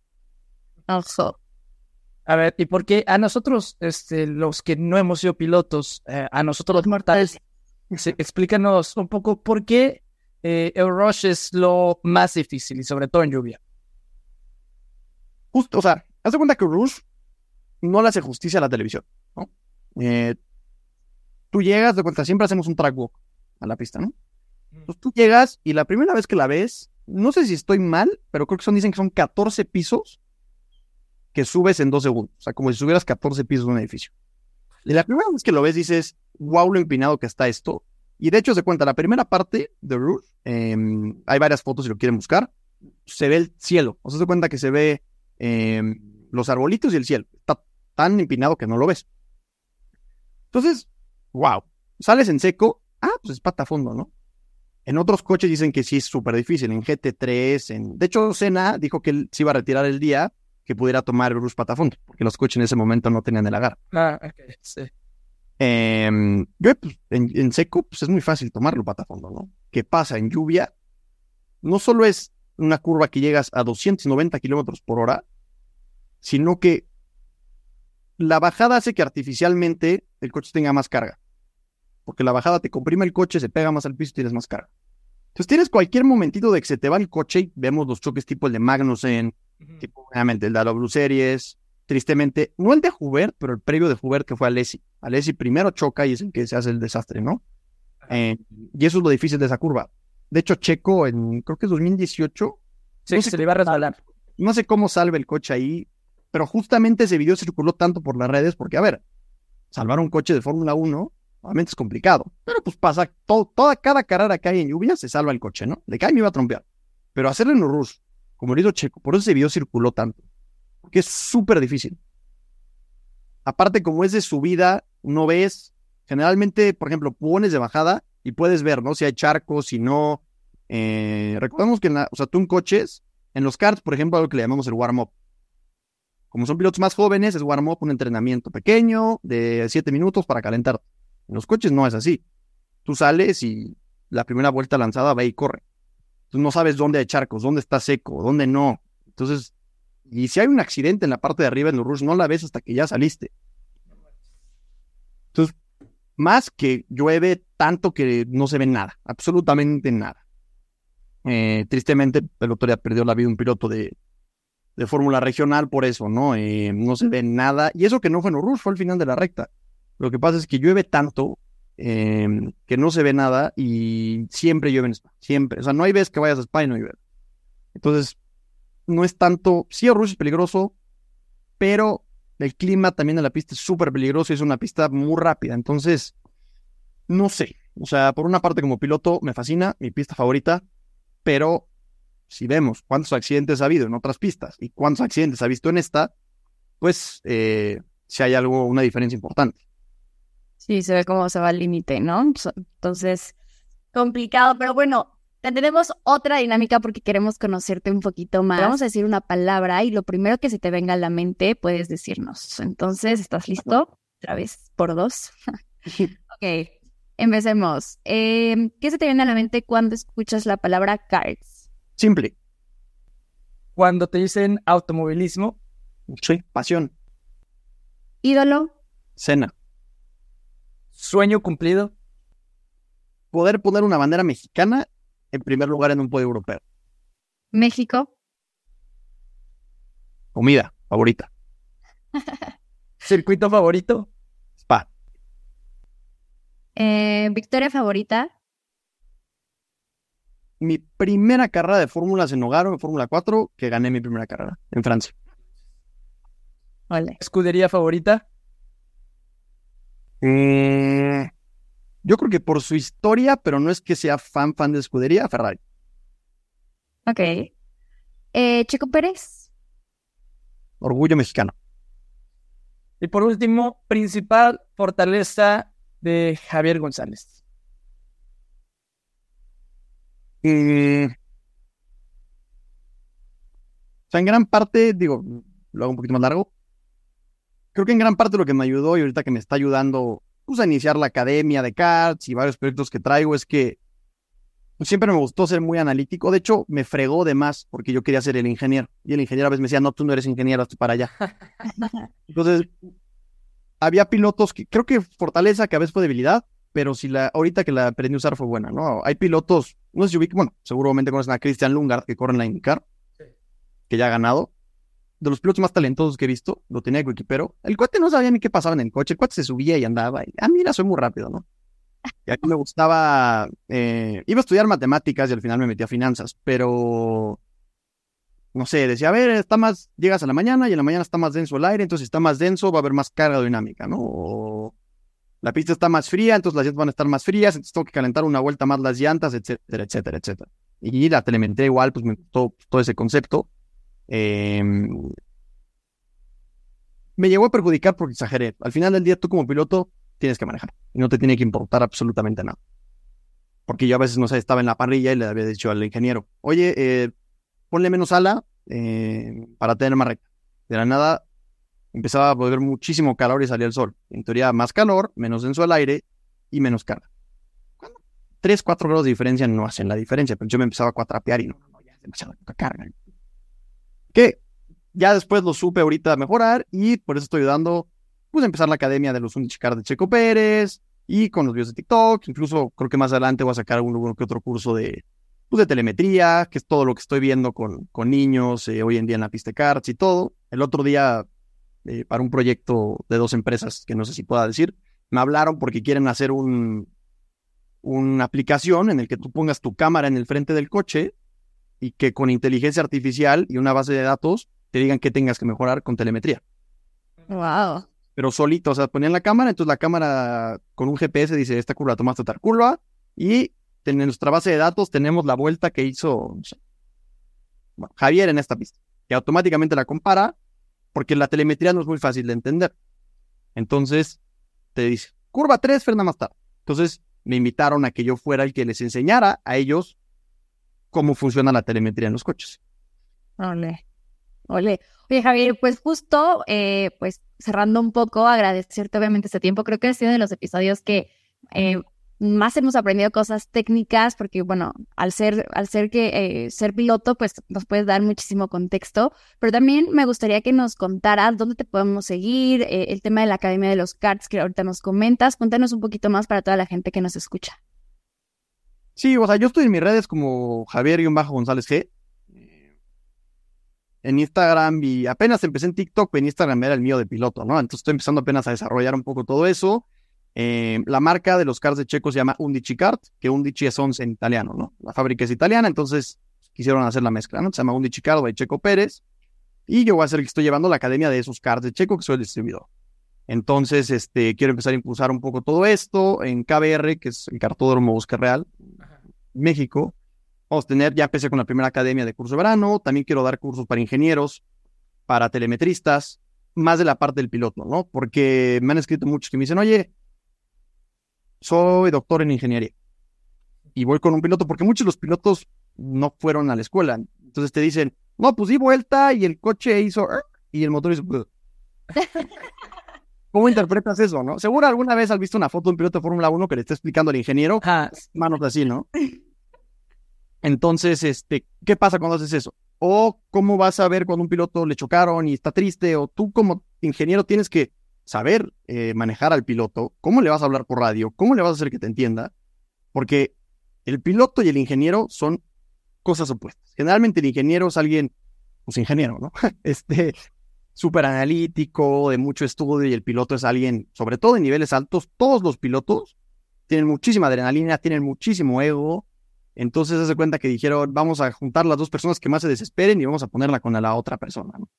Ojo. A ver, ¿y por qué a nosotros, este, los que no hemos sido pilotos, eh, a nosotros los mortales, sí, explícanos un poco por qué eh, el rush es lo más difícil y sobre todo en lluvia? Justo, o sea, haz de cuenta que Rush no le hace justicia a la televisión, ¿no? Eh, tú llegas, de cuenta, siempre hacemos un track walk a la pista, ¿no? Entonces tú llegas y la primera vez que la ves, no sé si estoy mal, pero creo que son, dicen que son catorce pisos que subes en dos segundos. O sea, como si subieras catorce pisos de un edificio. Y la primera vez que lo ves dices, wow, lo empinado que está esto. Y de hecho se cuenta, la primera parte de Rush, eh, hay varias fotos si lo quieren buscar, se ve el cielo. O sea, se cuenta que se ve eh, los arbolitos y el cielo. Está tan empinado que no lo ves. Entonces, wow, sales en seco, ah, pues es pata a fondo, ¿no? En otros coches dicen que sí es súper difícil, en G T tres, en... de hecho Senna dijo que él se iba a retirar el día que pudiera tomar Bruce pata a fondo, porque los coches en ese momento no tenían el agarre. Ah, ok, sí. Eh, yo, pues, en, en seco, pues es muy fácil tomarlo pata a fondo, ¿no? ¿Qué pasa? En lluvia, no solo es una curva que llegas a doscientos noventa kilómetros por hora, sino que la bajada hace que artificialmente el coche tenga más carga. Porque la bajada te comprime el coche, se pega más al piso y tienes más carga. Entonces tienes cualquier momentito de que se te va el coche y vemos los choques tipo el de Magnussen, uh-huh. tipo obviamente el de la W Series, tristemente, no el de Hubert, pero el previo de Hubert que fue Alesi. Alesi primero choca y es el que se hace el desastre, ¿no? Eh, y eso es lo difícil de esa curva. De hecho, Checo en, creo que es dos mil dieciocho, sí, no sé se le iba a resbalar. No sé cómo salve el coche ahí, pero justamente ese video circuló tanto por las redes porque, a ver, salvar un coche de Fórmula uno obviamente es complicado, pero pues pasa, todo, toda, cada carrera que hay en lluvia se salva el coche, ¿no? Le cae y me iba a trompear, pero hacerlo en Rush, como lo hizo Checo, por eso ese video circuló tanto, porque es súper difícil. Aparte, como es de subida, no ves, generalmente, por ejemplo, pones de bajada y puedes ver, ¿no? Si hay charcos, si no, eh, recordemos que, en la, o sea, tú en coches, en los karts, por ejemplo, algo que le llamamos el warm-up. Como son pilotos más jóvenes, es warm-up, un entrenamiento pequeño de siete minutos para calentar. En los coches no es así. Tú sales y la primera vuelta lanzada va y corre. Tú no sabes dónde hay charcos, dónde está seco, dónde no. Entonces, y si hay un accidente en la parte de arriba en los Rush, no la ves hasta que ya saliste. Entonces, más que llueve tanto que no se ve nada, absolutamente nada. Eh, tristemente, el otro día perdió la vida un piloto de, de Fórmula Regional por eso, ¿no? Eh, no se ve nada. Y eso que no fue en los Rush, fue al final de la recta. Lo que pasa es que llueve tanto eh, que no se ve nada y siempre llueve en Spa, siempre. O sea, no hay vez que vayas a Spa y no llueve. Entonces, no es tanto... Sí, el Rush es peligroso, pero el clima también en la pista es súper peligroso y es una pista muy rápida. Entonces, no sé. O sea, por una parte como piloto me fascina, mi pista favorita, pero si vemos cuántos accidentes ha habido en otras pistas y cuántos accidentes ha visto en esta, pues eh, si hay algo, una diferencia importante. Sí, se ve cómo se va al límite, ¿no? Entonces, complicado, pero bueno, tenemos otra dinámica porque queremos conocerte un poquito más. Vamos a decir una palabra y lo primero que se te venga a la mente puedes decirnos. Entonces, ¿estás listo? Otra vez, por dos. Ok. Empecemos. Eh, ¿qué se te viene a la mente cuando escuchas la palabra karts? Simple. Cuando te dicen automovilismo. Sí, pasión. Ídolo. Cena. Sueño cumplido. Poder poner una bandera mexicana en primer lugar en un podio europeo. México. Comida favorita. Circuito favorito. Spa. Eh, victoria favorita. Mi primera carrera de fórmulas en Nogaro, en Fórmula cuatro, que gané mi primera carrera en Francia. Vale. Escudería favorita. Mm, yo creo que por su historia, pero no es que sea fan, fan de escudería, Ferrari. Ok. Eh, Checo Pérez. Orgullo mexicano. Y por último, principal fortaleza de Javier González. Eh, o sea, en gran parte, digo, lo hago un poquito más largo. Creo que en gran parte lo que me ayudó y ahorita que me está ayudando pues, a iniciar la academia de karts y varios proyectos que traigo es que siempre me gustó ser muy analítico. De hecho, me fregó de más porque yo quería ser el ingeniero. Y el ingeniero a veces me decía, no, tú no eres ingeniero, hazte para allá. Entonces, había pilotos que creo que fortaleza que a veces fue debilidad, pero si la ahorita que la aprendí a usar fue buena, ¿no? Hay pilotos, no sé si ubico, bueno, seguramente conocen a Christian Lundgaard que corre en la IndyCar, sí, que ya ha ganado. De los pilotos más talentosos que he visto, lo tenía de coequipero. El cuate no sabía ni qué pasaba en el coche, el cuate se subía y andaba. Y, ah, mira, soy muy rápido, ¿no? Y aquí me gustaba, eh, iba a estudiar matemáticas y al final me metí a finanzas, pero no sé, decía, a ver, está más, llegas a la mañana y en la mañana está más denso el aire, entonces si está más denso va a haber más carga aerodinámica, ¿no? O la pista está más fría, entonces las llantas van a estar más frías, entonces tengo que calentar una vuelta más las llantas, etcétera, etcétera, etcétera. Y la telemetría igual, pues me gustó todo ese concepto. Eh, me llegó a perjudicar porque exageré. Al final del día tú como piloto tienes que manejar y no te tiene que importar absolutamente nada. Porque yo a veces, no sé, estaba en la parrilla y le había dicho al ingeniero, oye, eh, ponle menos ala eh, para tener más recta. De la nada empezaba a volver muchísimo calor y salía el sol. En teoría, más calor, menos denso el aire y menos carga. tres, cuatro grados de diferencia no hacen la diferencia, pero yo me empezaba a cuatrapear y no, no, no, ya es demasiada carga. Que ya después lo supe ahorita mejorar y por eso estoy ayudando pues a empezar la academia de los Undichcar de Checo Pérez y con los videos de TikTok. Incluso creo que más adelante voy a sacar algún que otro curso de, pues, de telemetría, que es todo lo que estoy viendo con, con niños eh, hoy en día en la pista de karts y todo. El otro día, eh, para un proyecto de dos empresas que no sé si pueda decir, me hablaron porque quieren hacer un, una aplicación en el que tú pongas tu cámara en el frente del coche y que con inteligencia artificial y una base de datos te digan qué tengas que mejorar con telemetría. Wow. Pero solito, o sea, ponían la cámara, entonces la cámara con un G P S dice, esta curva tomaste tal curva, y en nuestra base de datos tenemos la vuelta que hizo o sea, bueno, Javier en esta pista, que automáticamente la compara, porque la telemetría no es muy fácil de entender. Entonces, te dice, curva tres, frena más tarde. Entonces, me invitaron a que yo fuera el que les enseñara a ellos cómo funciona la telemetría en los coches. Ole, ole. Oye, Javier, pues justo, eh, pues cerrando un poco, agradecerte obviamente este tiempo. Creo que ha sido de los episodios que eh, más hemos aprendido cosas técnicas, porque bueno, al ser, al ser que eh, ser piloto, pues nos puedes dar muchísimo contexto, pero también me gustaría que nos contaras dónde te podemos seguir, eh, el tema de la Academia de los Karts que ahorita nos comentas. Cuéntanos un poquito más para toda la gente que nos escucha. Sí, o sea, yo estoy en mis redes como Javier-González G. En Instagram y apenas empecé en TikTok, en Instagram era el mío de piloto, ¿no? Entonces estoy empezando apenas a desarrollar un poco todo eso. Eh, la marca de los karts de Checo se llama Undici Kart, que Undici es once en italiano, ¿no? La fábrica es italiana, entonces quisieron hacer la mezcla, ¿no? Se llama Undici Kart by Checo Pérez. Y yo voy a ser el que estoy llevando la academia de esos karts de Checo, que soy el distribuidor. Entonces, este, quiero empezar a impulsar un poco todo esto en K B R, que es el Kartódromo Bosque Real, México. Vamos a tener, ya empecé con la primera academia de curso de verano, también quiero dar cursos para ingenieros, para telemetristas, más de la parte del piloto, ¿no? Porque me han escrito muchos que me dicen, oye, soy doctor en ingeniería y voy con un piloto, porque muchos de los pilotos no fueron a la escuela, entonces te dicen, no, pues di vuelta y el coche hizo, y el motor hizo, ¿Cómo interpretas eso, no? Seguro alguna vez has visto una foto de un piloto de Fórmula uno que le está explicando al ingeniero, Ajá. manos así, ¿no? Entonces, este, ¿qué pasa cuando haces eso? O cómo vas a ver cuando un piloto le chocaron y está triste, o tú como ingeniero tienes que saber eh, manejar al piloto, cómo le vas a hablar por radio, cómo le vas a hacer que te entienda, porque el piloto y el ingeniero son cosas opuestas. Generalmente el ingeniero es alguien, pues ingeniero, ¿no? Este, súper analítico, de mucho estudio, y el piloto es alguien, sobre todo en niveles altos, todos los pilotos tienen muchísima adrenalina, tienen muchísimo ego. Entonces se hace cuenta que dijeron, vamos a juntar las dos personas que más se desesperen y vamos a ponerla con la otra persona, ¿no?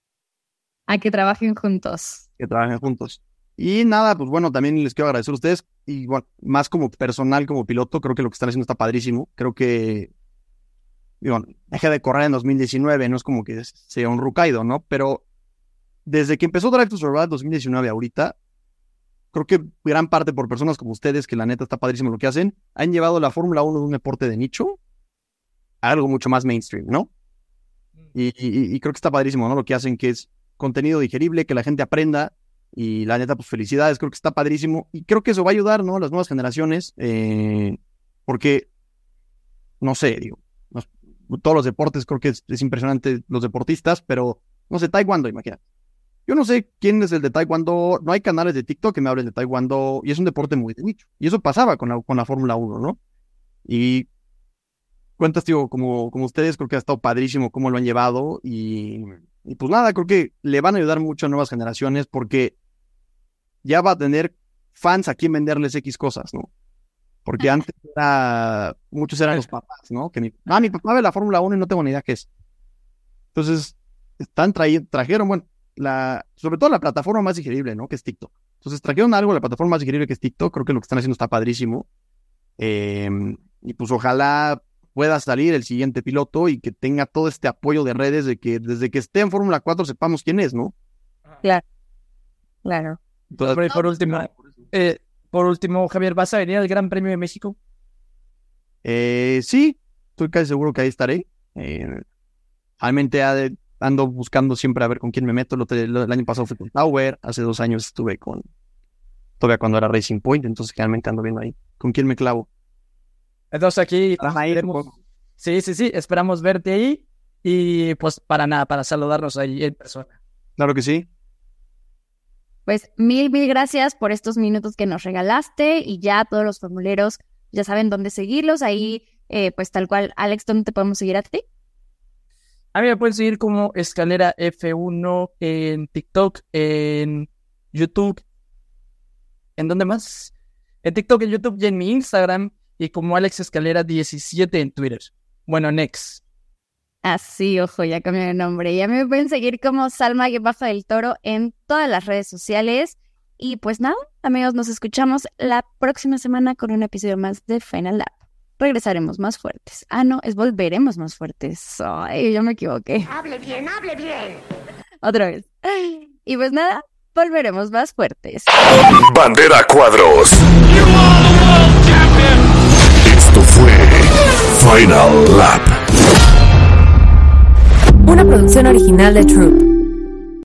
A que trabajen juntos. Que trabajen juntos. Y nada, pues bueno, también les quiero agradecer a ustedes. Y bueno, más como personal, como piloto, creo que lo que están haciendo está padrísimo. Creo que, digo, dejé de correr en dos mil diecinueve, no es como que sea un Rucaido, ¿no? Pero desde que empezó Drive to Survive dos mil diecinueve ahorita, creo que gran parte por personas como ustedes, que la neta está padrísimo lo que hacen, han llevado la Fórmula uno de un deporte de nicho a algo mucho más mainstream, ¿no? Y, y, y creo que está padrísimo, ¿no? Lo que hacen, que es contenido digerible, que la gente aprenda, y la neta, pues felicidades, creo que está padrísimo, y creo que eso va a ayudar, ¿no? A las nuevas generaciones, eh, porque, no sé, digo, no, todos los deportes, creo que es, es impresionante los deportistas, pero, no sé, taekwondo, imagínate. Yo no sé quién es el de taekwondo, no hay canales de TikTok que me hablen de taekwondo, y es un deporte muy de nicho. Y eso pasaba con la, con la Fórmula uno, ¿no? Y cuentas, digo, como, como ustedes, creo que ha estado padrísimo cómo lo han llevado, y, y pues nada, creo que le van a ayudar mucho a nuevas generaciones, porque ya va a tener fans a quien venderles X cosas, ¿no? Porque antes era, muchos eran los papás, ¿no? Que mi, ah, mi papá ve la Fórmula uno y no tengo ni idea qué es. Entonces, están trayendo, trajeron, bueno, La, sobre todo la plataforma más digerible, ¿no? Que es TikTok. Entonces trajeron algo, la plataforma más digerible que es TikTok. Creo que lo que están haciendo está padrísimo. Eh, y pues ojalá pueda salir el siguiente piloto y que tenga todo este apoyo de redes, de que desde que esté en Fórmula cuatro sepamos quién es, ¿no? Claro, claro. Entonces, por último, eh, por último, Javier, ¿vas a venir al Gran Premio de México? Eh, sí, estoy casi seguro que ahí estaré. Eh, realmente ha de ando buscando siempre a ver con quién me meto. Lo, lo, el año pasado fui con Tower, hace dos años estuve con, todavía cuando era Racing Point, entonces realmente ando viendo ahí con quién me clavo. Entonces aquí, ahí esperemos, sí, sí, sí, esperamos verte ahí, y pues para nada, para saludarnos ahí en persona. Claro que sí. Pues mil, mil gracias por estos minutos que nos regalaste, y ya todos los formuleros ya saben dónde seguirlos. Ahí, eh, pues tal cual, Alex, ¿dónde te podemos seguir a ti? A mí me pueden seguir como Escalera F uno en TikTok, en YouTube. ¿En dónde más? En TikTok, en YouTube y en mi Instagram. Y como Alex Escalera diecisiete en Twitter. Bueno, next. Así, ojo, ya cambié de nombre. Y a mí me pueden seguir como Salma Bajo del Toro en todas las redes sociales. Y pues nada, amigos, nos escuchamos la próxima semana con un episodio más de Final Lap. Regresaremos más fuertes. Ah, no, es volveremos más fuertes. Ay, yo me equivoqué. Hable bien, hable bien. Otra vez. Y pues nada, volveremos más fuertes. Bandera Cuadros. Esto fue Final Lap. Una producción original de Troop.